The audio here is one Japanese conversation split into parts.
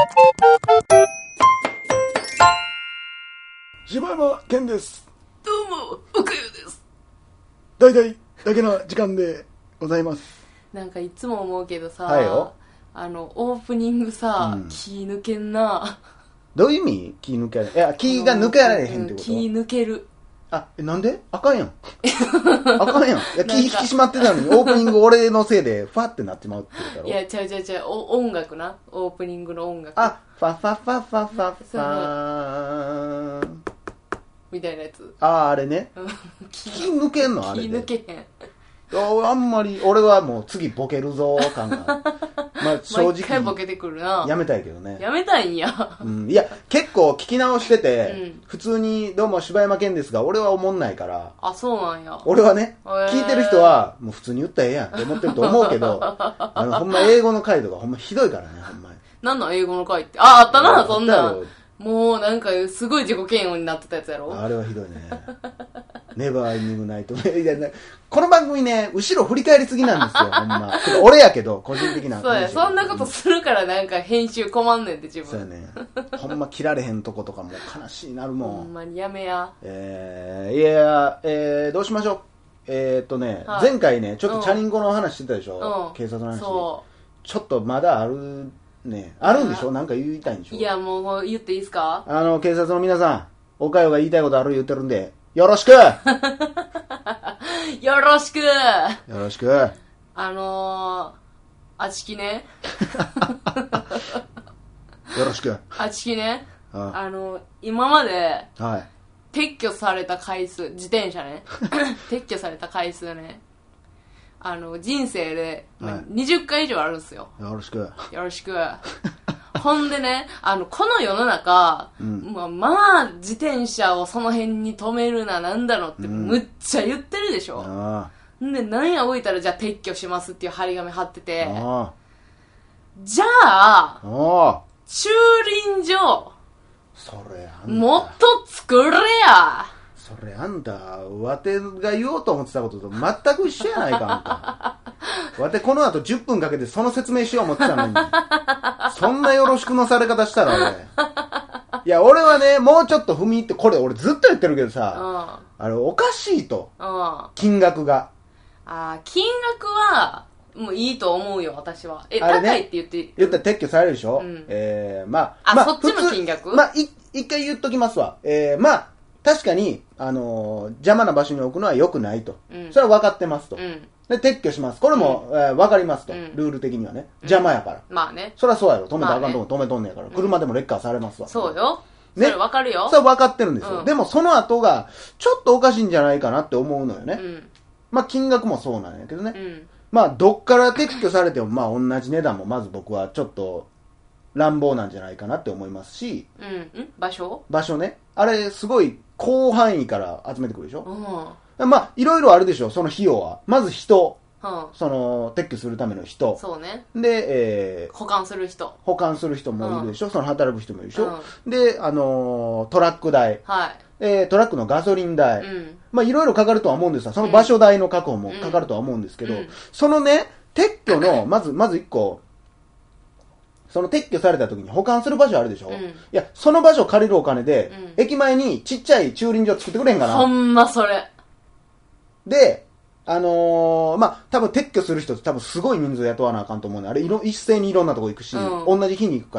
柴山健です。 どうも岡代です。 大々だけの時間でございます。 なんかいつも思うけどさ、 はいよ、 オープニングさ、気抜けんな。 どういう意味？気抜けられへん。いや、気が抜けられへんってこと？ 気抜ける。 あ、なんで？あかんやん。あかんやん。いや、気引き締まってたのに、オープニング俺のせいで、ファってなってまうってことだろ。 いや、ちゃう、音楽な。オープニングの音楽。 あ、ファファファファファファみたいなやつ。 あれね。気抜けんのあれで。 気抜けへん。 あんまり、俺はもう次ボケるぞ感が。まあ正直。 毎回ボケてくるな。 やめたいけどね。 やめたいんや。 いや、結構聞き直してて、普通にどうも柴山健ですが、俺は思んないから。 あ、そうなんや。 俺はね、聞いてる人は、もう普通に言ったらええやんって思ってると思うけど、ほんま英語の回とかほんまひどいからね、ほんまに。 なんなん英語の回って。あったな、そんなん。もうなんかすごい自己嫌悪になってたやつやろ。 あれはひどいね。ネバーエンディングナイト。この番組ね、後ろ振り返りすぎなんですよ、ほんま。俺やけど、個人的な。 そうや、そんなことするからなんか編集困んねんって自分。 そうやね。ほんま切られへんとことかも悲しいなるもん。 ほんまにやめや。 いや、どうしましょう。はい、前回ね、ちょっとチャリンコの話してたでしょ、警察の話。そう。ちょっとまだあるね。あるんでしょ、なんか言いたいんでしょ。 いや、もう言っていいですか？ 警察の皆さん、おかよが言いたいことある言ってるんで、よろしくよろしくよろしく。 あちきね。 よろしく。 あちきね。今まで、 はい。 撤去された回数、自転車ね。撤去された回数ね。人生で、20回以上あるんですよ。 よろしく。 よろしく。ほんでね、この世の中、まあ、自転車をその辺に止めるな、なんだろって、むっちゃ言ってるでしょ。んで、なんや置いたら、じゃあ撤去しますっていう張り紙貼ってて、じゃあ、駐輪場、 それあんたもっと作れや。 それあんた、わてが言おうと思ってたことと全く一緒やないか、あんた。わてこの後10分かけてその説明しよう思ってたのに。そんなよろしくのされ方したら俺。いや、俺はね、もうちょっと踏み入って、これ俺ずっと言ってるけどさ、おかしいと。金額が。 金額は、もういいと思うよ、私は。高いって言って。 言ったら撤去されるでしょ。 そっちの金額？ 一回言っときますわ。確かに、邪魔な場所に置くのは良くないと。それは分かってますと。で、撤去します。これも、分かりますと。ルール的にはね。邪魔やから。 まあね。 そりゃそうやろ。止めたらあかんとこ止めとんねやから。車でもレッカーされますわ。 そうよ。ね。それ分かるよ。 それ分かってるんですよ。でもその後が、ちょっとおかしいんじゃないかなって思うのよね。金額もそうなんやけどね。どっから撤去されても、同じ値段もまず僕はちょっと、乱暴なんじゃないかなって思いますし。 場所ね。あれ、すごい、広範囲から集めてくるでしょ。いろいろあるでしょ、その費用は。まず人。撤去するための人。 そうね。 で、 保管する人。 保管する人もいるでしょ、その働く人もいるでしょ。で、トラック代。トラックのガソリン代。いろいろかかるとは思うんですが、その場所代の確保もかかるとは思うんですけど、そのね、撤去の、まず一個、その撤去された時に保管する場所あるでしょ、いや、その場所を借りるお金で、駅前にちっちゃい駐輪場作ってくれんかな。 ほんまそれ。 で、多分撤去する人って多分すごい人数雇わなあかんと思うね。あれ、一斉にいろんなとこ行くし、同じ日に行くから、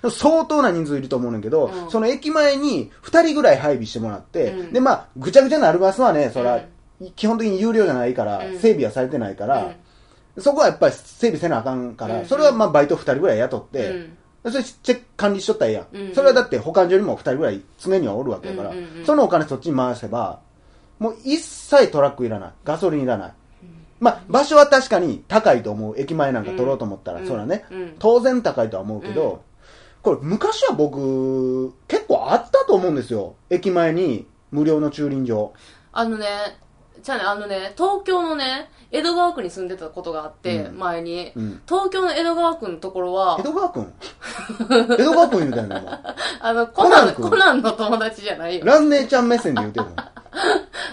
相当な人数いると思うねんけど、その駅前に2人ぐらい配備してもらって、で、ぐちゃぐちゃになるバスはね、そら、基本的に有料じゃないから、整備はされてないから、そこはやっぱり整備せなあかんから、それはバイト2人ぐらい雇って、それチェック管理しとったらええやん。それはだって保管所にも2人ぐらい常にはおるわけだから、そのお金そっちに回せば、もう一切トラックいらない。ガソリンいらない。場所は確かに高いと思う。駅前なんか取ろうと思ったら、そらね、当然高いとは思うけど、これ昔は僕、結構あったと思うんですよ。駅前に無料の駐輪場。 東京のね、江戸川区に住んでたことがあって、前に、東京の江戸川区のところは、 江戸川区江戸川区言うたよね、 コナンの友達じゃないよ。 ラン姉ちゃん目線で言うてるの。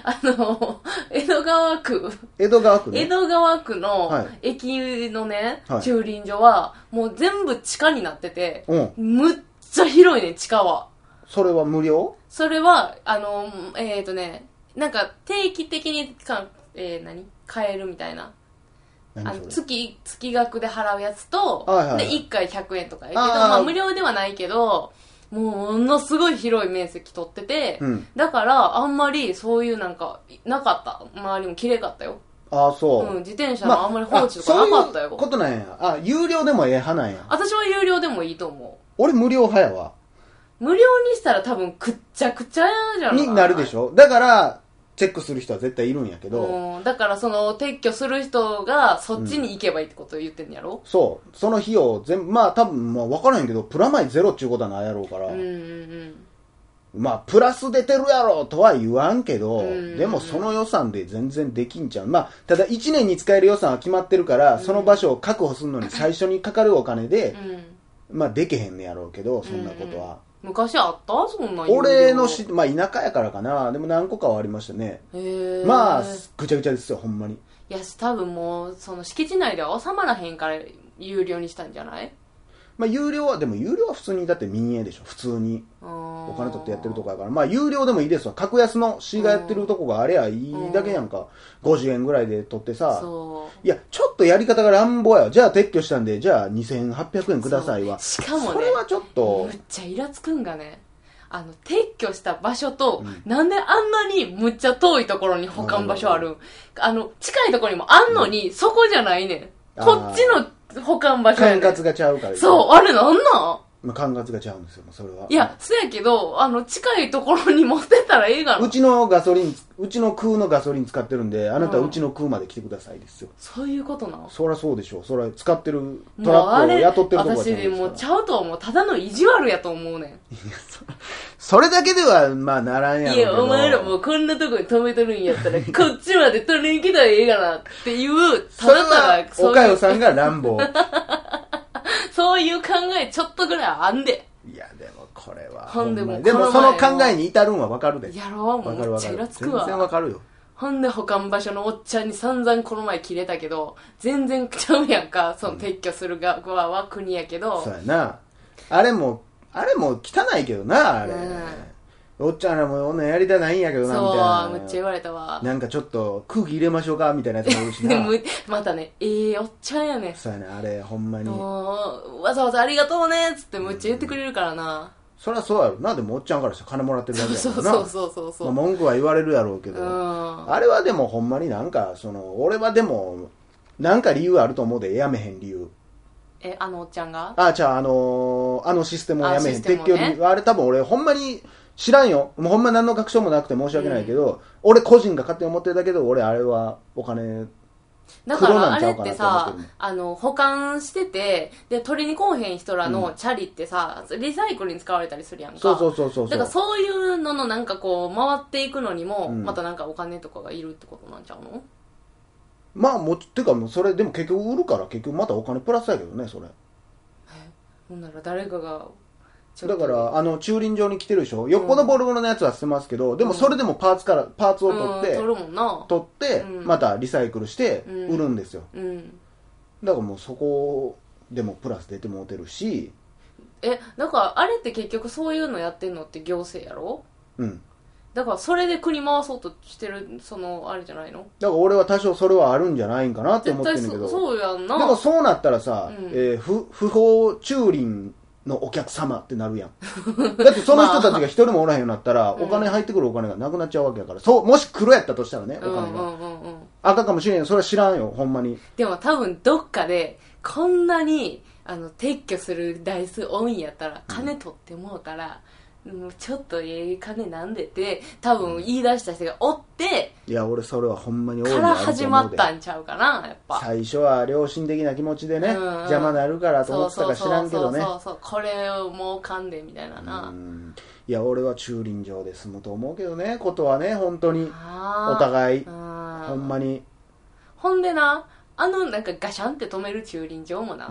江戸川区。 江戸川区ね。 江戸川区のはい駅のね、 はい駐輪場は、もう全部地下になってて、 うん。 むっちゃ広いね、地下は。 それは無料？ それは、なんか定期的に買えるみたいな。 何それ？ 月額で払うやつと、 はいはいはいで、1回100円とかやけど、 あーまあ無料ではないけど、ものすごい広い面積取ってて、 うんだからあんまりそういうなんか、なかった。周りも綺麗かったよ。 ああ、そう。 うん、自転車のあんまり放置とかなかったよ。 そういうことなんや。あ、有料でもええ派なんや。 私は有料でもいいと思俺無料派やわ。 う。無料にしたら多分くっちゃくちゃじゃん。 になるでしょ。だから、チェックする人は絶対いるんやけど、 うん、だからその撤去する人がそっちに行けばいいってことを言ってんやろ、 そう。その費用全部、まあ多分、まあ分からへんけど、プラマイゼロっていうことはないやろうから、 うんうんまあプラス出てるやろとは言わんけど、 うんでもその予算で全然できんちゃう。まあ、ただ1年に使える予算は決まってるから、その場所を確保するのに最初にかかるお金で、 うん。 まあできへんねやろうけど、そんなことは。 昔あったそんな俺のまあ田舎やからかな。でも何個かはありましたね。 へーまあ、ぐちゃぐちゃですよ、ほんまに。 いや、多分もう、その敷地内では収まらへんから有料にしたんじゃない？ まあ有料は普通に、だって民営でしょ、普通に。お金取ってやってるとこやから。まあ有料でもいいですわ。格安の C がやってるとこがあれやいいだけやんか。50円ぐらいで取ってさ。いや、ちょっとやり方が乱暴やわ。じゃあ撤去したんで、じゃあ2800円くださいわ。 しかもね、 それはちょっと。 むっちゃイラつくんがね、撤去した場所と、なんであんなにむっちゃ遠いところに保管場所あるん？近いところにもあんのに、そこじゃないねん。こっちの保管場所やねん。 管轄がちゃうから。 そう、あれなんなん？ まあ、管轄がちゃうんですよ、それは。 いや、そうやけど、近いところに持ってったらええがな。 うちの空のガソリン使ってるんで、あなたはうちの空まで来てくださいですよ。 そういうことなの？ そりゃそうでしょう。そりゃ使ってるトラックを雇ってるとこが私でもうちゃうとはもうただの意地悪やと思うねん。 それだけでは、まあならんやろうけど。 いや、お前らもうこんなとこに止めとるんやったら、こっちまで取りに来たらええがなっていう、 それは、おかよさんが乱暴。 そういう考えちょっとぐらいあんで。 いや、でもこれは。 ほんでもでもその考えに至るんはわかるで。 やろうもうめっちゃイラつくわ。 全然わかるよ。 ほんで保管場所のおっちゃんに散々この前切れたけど、全然ちゃうやんか、その撤去する側は国やけど。 そうやな。あれも汚いけどな、あれ。おっちゃんらも女やりたないんやけどな、みたいな。 そう、めっちゃ言われたわ。 なんかちょっと空気入れましょうか、みたいなやつもいるしな。 またね、おっちゃんやね。 そうやね、あれ、ほんまに。 わざわざありがとうね、つってむっちゃ言ってくれるからな。 そりゃそうやろな。でもおっちゃんからしたら金もらってるだけやからな。 そう。 まあ、文句は言われるやろうけど。あれはでもほんまになんか、俺はでも、なんか理由あると思うで、やめへん理由。 おっちゃんがじゃあ、システムをやめへん。 撤去撤去あれ多分俺ほんまに知らんよ。もうほんま何の確証もなくて申し訳ないけど、俺個人が勝手に思ってるだけど、俺あれはお金、 だからあれってさ、保管してて、で、取りに来おへん人らのチャリってさ、リサイクルに使われたりするやんか。 そう。 だからそういうののなんかこう、回っていくのにも、またなんかお金とかがいるってことなんちゃうの？ まあ、てかもうそれ、でも結局売るから結局またお金プラスやけどね、それ。 ほんなら誰かが、 だから、駐輪場に来てるでしょ。よっぽどボロボロのやつは捨てますけど、でもそれでもパーツを取って、またリサイクルして売るんですよ。だからもうそこでもプラス出てもうてるし。 だからあれって結局そういうのやってんのって行政やろ？うん。だからそれで国回そうとしてる、あれじゃないの？ だから俺は多少それはあるんじゃないんかなって思ってるんだけど。 そうやんな。 でもそうなったらさ、不法駐輪のお客様ってなるやん。だってその人たちが一人もおらへんようになったら、お金入ってくるお金がなくなっちゃうわけやから。もし黒やったとしたらね、お金が。赤かもしれんよ。それは知らんよ、ほんまに。 でも多分どっかで、こんなに、撤去する台数多いんやったら、金取ってもうから、もうちょっと金なんでって多分言い出した人がおって、 いや俺それはほんまに多いから始まったんちゃうかな、やっぱ最初は良心的な気持ちでね、邪魔なるからと思ってたか知らんけどね、 そうこれをもうかんでみたいなな。 いや俺は駐輪場で住むと思うけどね、ことはね、本当にお互いほんまに。 ほんでな、なんかガシャンって止める駐輪場もな、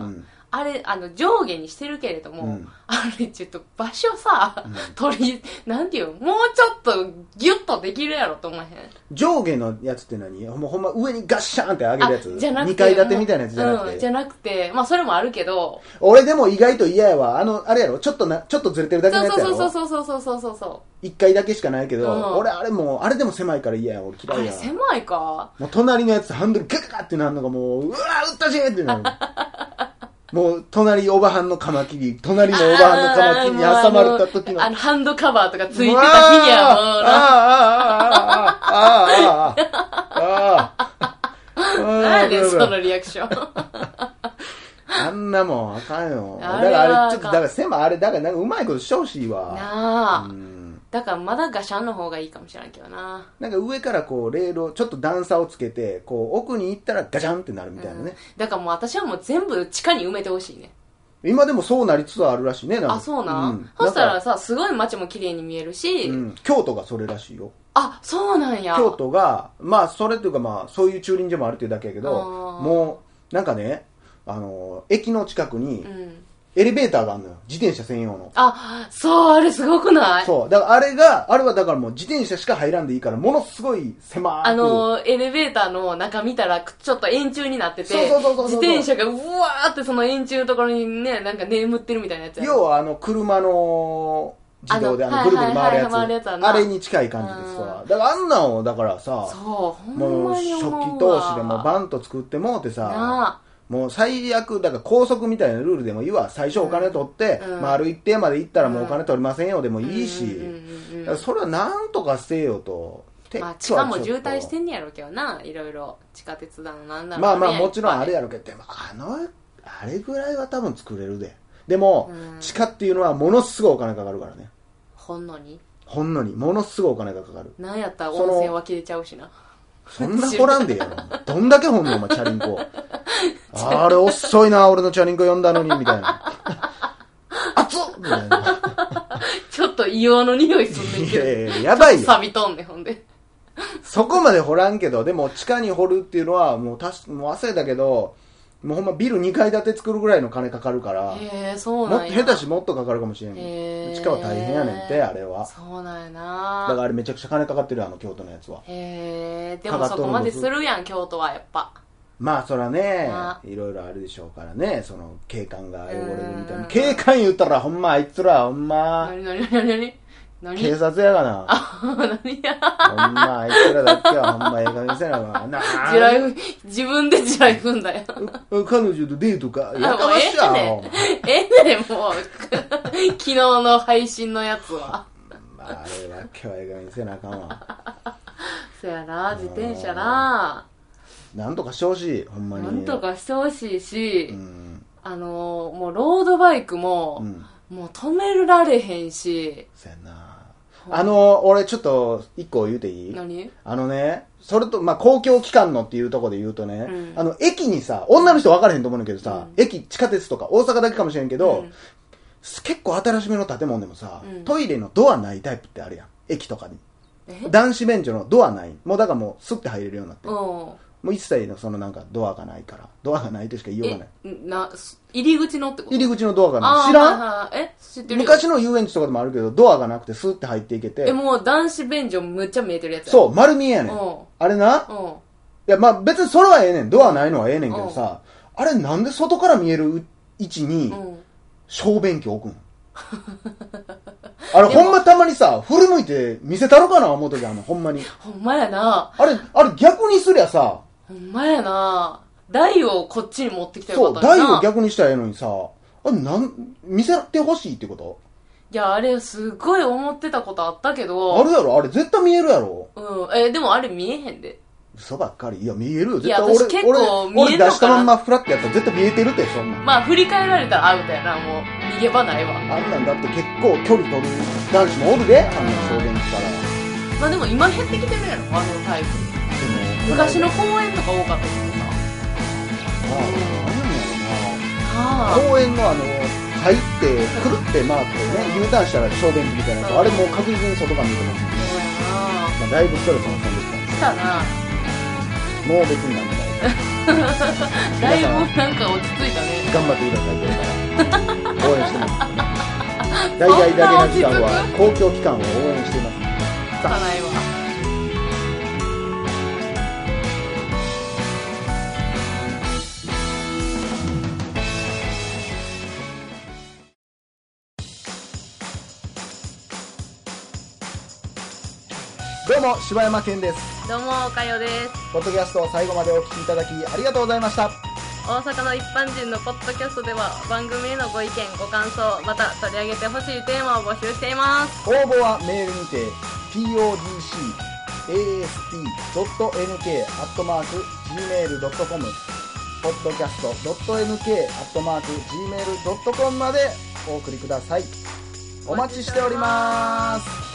あれ、上下にしてるけれども、 うん、 あれちょっと場所さ、なんていうの、もうちょっとギュッとできるやろと思えへん。 上下のやつって何？ほんま上にガッシャーンって上げるやつ？ じゃなくて。 2階建てみたいなやつじゃなくて。 じゃなくて、まあそれもあるけど。 俺でも意外と嫌やわ。あれやろ、ちょっとずれてるだけのやつやろ。 そう。 1階だけしかないけど、俺あれでも狭いから嫌や。俺嫌いや。 あれ狭いか？ もう隣のやつハンドルガガガってなるのがもう、うわー、うったしーってなる。もう、隣おばはんのカマキリ、隣のおばはんのカマキリに挟まれた時の。 ハンドカバーとかついてた日にはもうなんでそのリアクション。 あんなもんあかんよ。だからあれ、ちょっと、だから狭い、だからなんかうまいことしてほしいわ。 なあ。だからまだガシャンの方がいいかもしれんけどな。 なんか上からこうレールをちょっと段差をつけてこう奥に行ったらガチャンってなるみたいなね、 だからもう私はもう全部地下に埋めてほしいね。 今でもそうなりつつあるらしいね。 あ、そうなん、そしたらさ、すごい街も綺麗に見えるし、 京都がそれらしいよ。 あ、そうなんや。 京都がまあそれというかまあそういう駐輪場もあるっていうだけやけど、もうなんかね駅の近くに、エレベーターがあるのよ。自転車専用の。 あ、そう、あれすごくない？ そう。だからあれはだからもう自転車しか入らんでいいから、ものすごい狭く。 エレベーターの中見たら、ちょっと円柱になってて、自転車がうわーってその円柱のところにね、なんか眠ってるみたいなやつや。 要は車の自動でぐるぐる回るやつ。あれに近い感じですわ。だからあんなの、だからさ、 そう、 もう初期投資でもバンと作ってもうてさ、もう最悪、だから高速みたいなルールでもいいわ。最初お金取って、ある一定まで行ったらもうお金取りませんよでもいいし、それはなんとかせよと。 まあ地下も渋滞してんねやろうけどな、いろいろ地下鉄だのなんだろう、 ね、まあもちろんあれやろうけど、でもあれぐらいは多分作れるで。でも、地下っていうのはものすごいお金かかるからね。 ほんのにものすごいお金がかかる。 なんやったら温泉は切れちゃうしな。 そんな掘らんでやろ。どんだけ掘んのお前、チャリンコ。あれ遅いな、俺のチャリンコ呼んだのに、みたいな。熱っみたいな。 ちょっと硫黄の匂いすんねんけど。 やばいよ。 錆びとんねん、ほんで。 そこまで掘らんけど、でも地下に掘るっていうのは、もう忘れたけど、もうほんまビル2階建て作るぐらいの金かかるから、 そうなんや。 下手しもっとかかるかもしれん。地下は大変やねんって、あれは。 そうなんやな。 だからあれめちゃくちゃ金かかってるよ、京都のやつは。 でもそこまでするやん、京都はやっぱ。 まあそらね、いろいろあるでしょうからね、その景観が汚れるみたいな。景観言ったらほんまあいつらほんま。 何警察やがな。 何や。 ほんまあいつらだけはほんまええ加減せながな。 自分で地雷踏んだよ。 彼女とデートか。やかましや。 もう。昨日の配信のやつは。 まああれだけはええ加減せなあかんわ。 そやな、自転車な。 なんとかしてほしい、ほんまに。 なんとかしてほしいし、もうロードバイクも、もう止められへんし。 そやな。俺ちょっと一個言うていい？ 何？ それと、まあ、公共機関のっていうところで言うとね、駅にさ、女の人分からへんと思うんだけどさ、地下鉄とか大阪だけかもしれんけど、結構新しめの建物でもさ、トイレのドアないタイプってあるやん。駅とかに。男子便所のドアない。もうだからもうスッて入れるようになってる。もう一切のそのなんかドアがないから。ドアがないとしか言いようがない。 入り口のってこと？ 入り口のドアがない。知らん？ 知ってるよ。 昔の遊園地とかでもあるけど、ドアがなくてスーって入っていけて。 もう男子便所むっちゃ見えてるやつや。 そう、丸見えやねん。あれな。いや、まあ別にそれはええねん。ドアないのはええねんけどさ、あれなんで外から見える位置に、小便器置くん？あれほんまたまにさ、振り向いて見せたろかな思うときほんまに。 ほんまやな。 あれ逆にすりゃさ、 ほんまやな。台をこっちに持ってきたらよかったな。そう、台を逆にしたらええのにさ、見せてほしいってこと？ いや、あれすごい思ってたことあったけど。 あるやろ？あれ絶対見えるやろ？ でもあれ見えへんで。 嘘ばっかり。いや、見えるよ。 絶対俺結構見えるのかな。 俺出したまんまフラッてやったら絶対見えてるって、そんなん。 まあ、振り返られたらアウトやな、もう。逃げ場ないわ。 あんなんだって結構距離取る男子もおるで、あんな小便器から。 まあでも今減ってきてるやろ、あのタイプ。昔の公園とか多かったけどさ。 公園の入ってくるって回ってね、U ターンしたら小便器みたいなやつ、あれもう確実に外から見てますもんね。 そうやな。 まあだいぶストレスもさんできた。 したな。 もう別になんもない。 だいぶなんか落ち着いたね。 頑張ってください、これから応援してます。大々だけな時間は公共機関を応援しています。 かないわ。 どうも柴山健です。 どうもおかよです。 ポッドキャストを最後までお聞きいただきありがとうございました。 大阪の一般人のポッドキャストでは番組へのご意見ご感想また取り上げてほしいテーマを募集しています。 応募はメールにて podcast.nk@gmail.com podcast.nk@gmail.com までお送りください。お待ちしております。